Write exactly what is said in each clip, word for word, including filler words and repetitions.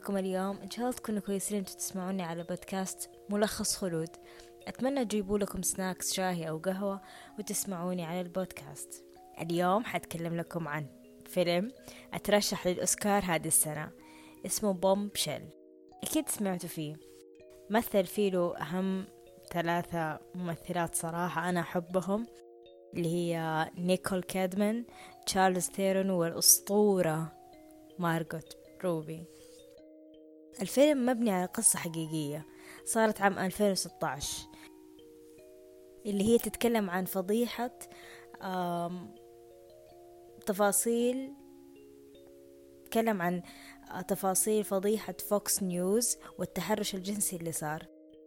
معكم اليوم. إن شاء الله تكونوا كويسين انتوا تسمعوني على بودكاست ملخص خلود. أتمنى تجيبوا لكم سناكس شاهي أو قهوة وتسمعوني على البودكاست. اليوم حتكلم لكم عن فيلم أترشح للأوسكار هذه السنة، اسمه بوم شيل. أكيد سمعتوا فيه. مثل فيه له أهم ثلاثة ممثلات صراحة أنا أحبهم، اللي هي نيكول كيدمان، تشارلز ثيرون، والأسطورة مارغوت روبي. الفيلم مبني على قصة حقيقية صارت عام ألفين وستة عشر، اللي هي تتكلم عن فضيحة تفاصيل تتكلم عن تفاصيل فضيحة فوكس نيوز والتحرش الجنسي اللي صار.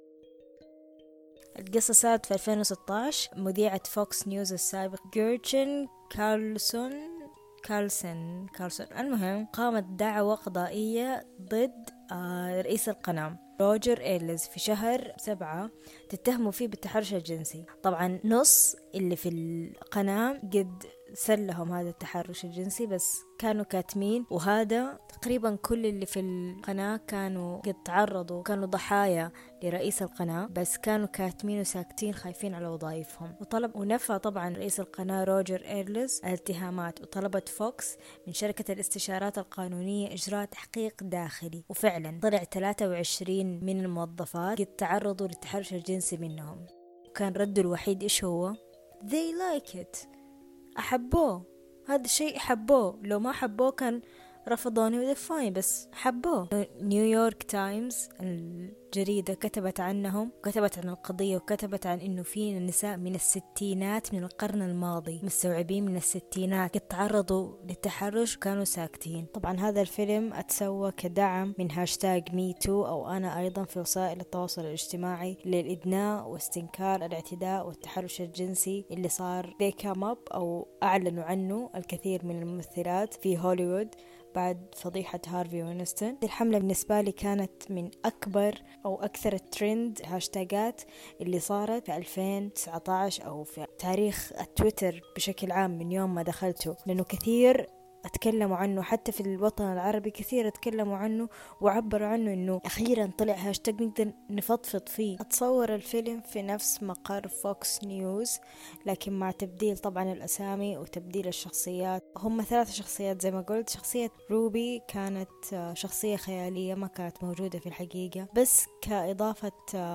القصة صارت في ألفين وستة عشر. مذيعة فوكس نيوز السابق جيرتشن كارلسون كارلسن كارلسون المهم قامت دعوى قضائية ضد آه رئيس القناة روجر إيرلز في شهر سبعة، تتهموا فيه بالتحرش الجنسي. طبعا نص اللي في القناة قد سلهم هذا التحرش الجنسي، بس كانوا كاتمين، وهذا تقريبا كل اللي في القناة كانوا قد تعرضوا، كانوا ضحايا لرئيس القناة، بس كانوا كاتمين وساكتين خايفين على وظائفهم. وطلب ونفى طبعا رئيس القناة روجر إيرلز الاتهامات، وطلبت فوكس من شركة الاستشارات القانونية إجراء تحقيق داخلي. وفعلا طلع ثلاثة وعشرين من الموظفات قد تعرضوا للتحرش الجنسي منهم، وكان رده الوحيد إيش هو؟ they like it، أحبوه، هذا الشيء حبوه. لو ما حبوه كان رفضوني وده فاين، بس حبوه. نيويورك تايمز الجريدة كتبت عنهم، كتبت عن القضية، وكتبت عن إنه في نساء من الستينات من القرن الماضي، مستوعبين، من الستينات قد تعرضوا للتحرش وكانوا ساكتين. طبعا هذا الفيلم أتسوى كدعم من هاشتاج ميتو أو أنا أيضا في وسائل التواصل الاجتماعي للإدناء واستنكار الاعتداء والتحرش الجنسي اللي صار. they come up أو أعلنوا عنه الكثير من الممثلات في هوليوود بعد فضيحة هارفي وينستون. الحملة بالنسبة لي كانت من أكبر أو أكثر الترند هاشتاجات اللي صارت في ألفين وتسعة عشر أو في تاريخ التويتر بشكل عام من يوم ما دخلته، لأنه كثير أتكلموا عنه، حتى في الوطن العربي كثير أتكلموا عنه وعبروا عنه إنه أخيرا طلع هاشتاج نقدر نفضفض فيه. أتصور الفيلم في نفس مقر فوكس نيوز، لكن مع تبديل طبعا الأسامي وتبديل الشخصيات. هم ثلاث شخصيات زي ما قلت. شخصية روبي كانت شخصية خيالية ما كانت موجودة في الحقيقة، بس كإضافة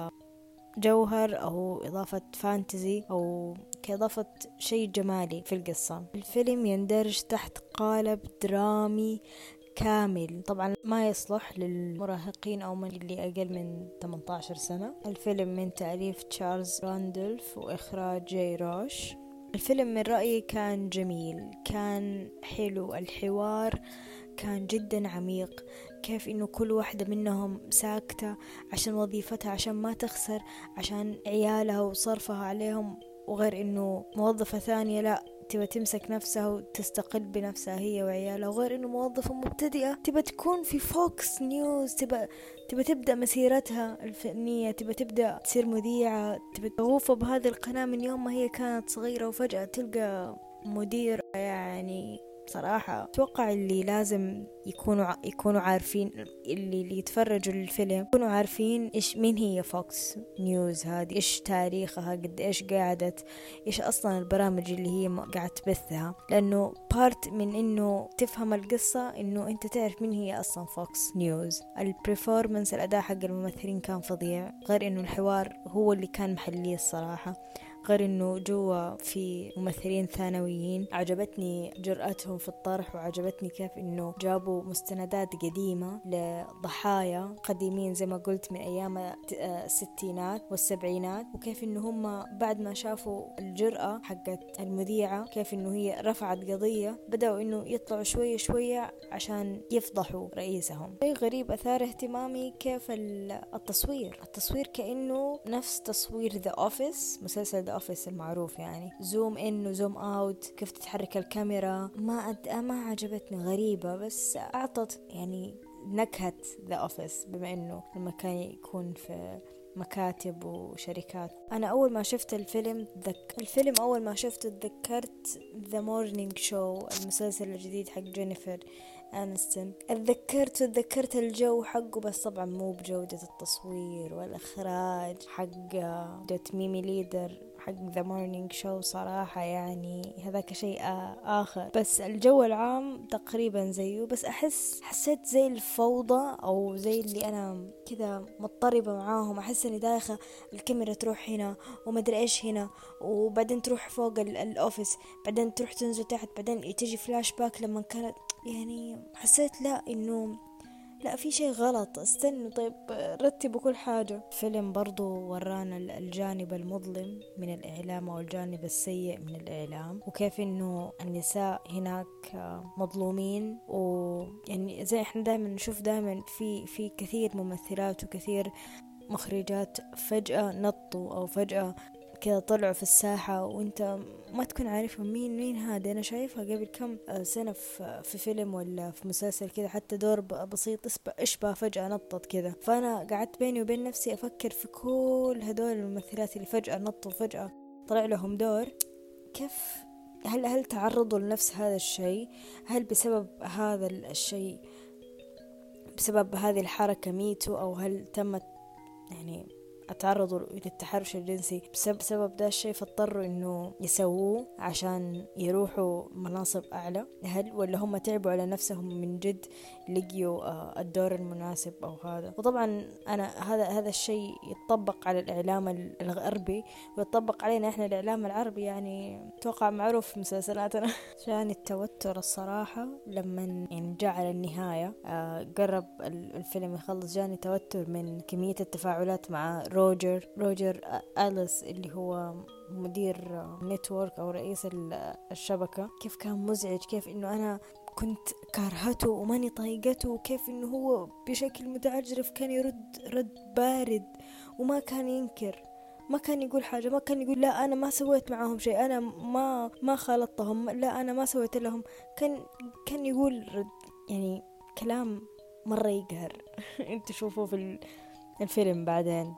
جوهر أو إضافة فانتزي أو كإضافة شيء جمالي في القصة. الفيلم يندرج تحت قالب درامي كامل، طبعا ما يصلح للمراهقين أو من اللي أقل من ثمانية عشر سنة. الفيلم من تأليف تشارلز راندولف وإخراج جاي روش. الفيلم من رأيي كان جميل، كان حلو، الحوار كان جدا عميق، كيف إنه كل واحدة منهم ساكتة عشان وظيفتها، عشان ما تخسر، عشان عيالها وصرفها عليهم، وغير إنه موظفة ثانية لا تبى تمسك نفسها وتستقل بنفسها هي وعيالها، وغير إنه موظفة مبتدئة تبى تكون في فوكس نيوز، تبى تبى تبدأ مسيرتها الفنية، تبى تبدأ تصير مذيعة، تبى تغوف بهذه القناة من يوم ما هي كانت صغيرة، وفجأة تلقى مدير. يعني صراحة أتوقع اللي لازم يكونوا يكونوا عارفين، اللي, اللي يتفرجوا للفيلم يكونوا عارفين إيش مين هي فوكس نيوز هذه، إيش تاريخها، قد إيش قاعدت، إيش أصلا البرامج اللي هي قاعدة تبثها. لأنه بارت من إنه تفهم القصة إنه أنت تعرف مين هي أصلا فوكس نيوز. البرفورمانس الأداء حق الممثلين كان فظيع، غير إنه الحوار هو اللي كان محليه الصراحة، غير إنه جوا في ممثلين ثانويين. عجبتني جرأتهم في الطرح، وعجبتني كيف إنه جابوا مستندات قديمة لضحايا قديمين زي ما قلت من أيام الستينات والسبعينات، وكيف إنه هم بعد ما شافوا الجرأة حقت المذيعة، كيف إنه هي رفعت قضية، بدأوا إنه يطلعوا شوية شوية عشان يفضحوا رئيسهم. شيء غريب أثار اهتمامي كيف التصوير التصوير كأنه نفس تصوير The Office، مسلسل The Office المعروف، يعني زوم إن وزوم أوت، كيف تتحرك الكاميرا. ما أد... ما عجبتني، غريبة، بس أعطت يعني نكهة The Office بما إنه المكان يكون في مكاتب وشركات. أنا أول ما شفت الفيلم ذك... الفيلم أول ما شفته تذكرت The Morning Show، المسلسل الجديد حق جينيفر أنستون. اتذكرت تذكرت الجو حقه، بس طبعا مو بجودة التصوير والإخراج حق دوت ميمي ليدر حق ذا مورنينج شو صراحة، يعني هذاك شيء آخر. بس الجو العام تقريبا زيه، بس أحس حسيت زي الفوضى أو زي اللي أنا كذا مضطربة معاهم. أحس إني دايخة الكاميرا تروح هنا ومدري إيش هنا، وبعدين تروح فوق الأوفيس، بعدين تروح تنزل تحت، بعدين تجي فلاش باك لما كانت، يعني حسيت لا إنه لا في شيء غلط. استنوا طيب رتبوا كل حاجة. فيلم برضو ورانا الجانب المظلم من الإعلام أو الجانب السيء من الإعلام، وكيف إنه النساء هناك مظلومين. ويعني زي إحنا دائما نشوف دائما في في كثير ممثلات وكثير مخرجات فجأة نطوا أو فجأة كذا طلعوا في الساحة وانت ما تكون عارفهم مين مين هذا. انا شايفها قبل كم سنة في فيلم ولا في مسلسل كذا، حتى دور بسيط اشبه فجأة نطت كذا. فانا قعدت بيني وبين نفسي افكر في كل هدول الممثلات اللي فجأة نطوا فجأة طلع لهم دور. كيف هل هل تعرضوا لنفس هذا الشيء؟ هل بسبب هذا الشيء بسبب هذه الحركة ميتوا، او هل تمت يعني اتعرضوا للتحرش الجنسي بسبب, بسبب ده الشيء فاضطروا انه يسووه عشان يروحوا مناصب اعلى؟ هل ولا هم تعبوا على نفسهم من جد لقيوا الدور المناسب او هذا؟ وطبعا انا هذا هذا الشيء يتطبق على الاعلام الغربي ويتطبق علينا احنا الاعلام العربي، يعني توقع معروف في مسلسلاتنا. عشان التوتر الصراحة لما يعني جاء على النهاية قرب الفيلم يخلص، جاني توتر من كمية التفاعلات مع روجر روجر أليس اللي هو مدير نتورك أو رئيس الشبكة. كيف كان مزعج، كيف إنه أنا كنت كارهته وماني طايقته، وكيف إنه هو بشكل متعجرف كان يرد رد بارد وما كان ينكر، ما كان يقول حاجة، ما كان يقول لا أنا ما سويت معهم شيء، أنا ما ما خالطتهم، لا أنا ما سويت لهم. كان كان يقول رد يعني كلام مرة يقهر. انت شوفوا في الفيلم بعدين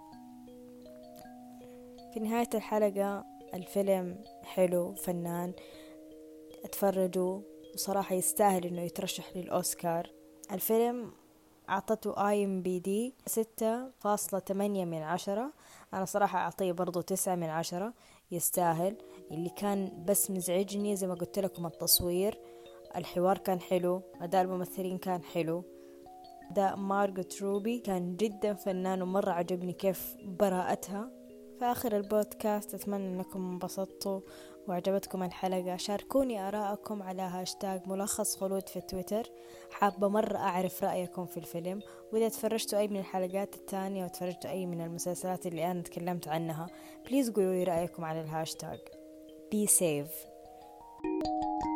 في نهاية الحلقة الفيلم حلو فنان، اتفرجوا وصراحة يستاهل انه يترشح للأوسكار. الفيلم اعطته اي ام بي دي ستة فاصلة ثمانية من عشرة، انا صراحة اعطيه برضو تسعة من عشرة، يستاهل. اللي كان بس مزعجني زي ما قلت لكم التصوير، الحوار كان حلو، اداء الممثلين كان حلو، أداء مارغوت روبي كان جدا فنان ومرة عجبني كيف براءتها. في آخر البودكاست أتمنى أنكم انبسطتوا وعجبتكم الحلقة. شاركوني آراءكم على هاشتاج ملخص خلود في تويتر، حابة مرة أعرف رأيكم في الفيلم. وإذا تفرجتوا أي من الحلقات الثانية وتفرجتوا أي من المسلسلات اللي أنا تكلمت عنها، بليز قولوا لي رأيكم على الهاشتاج. Be safe.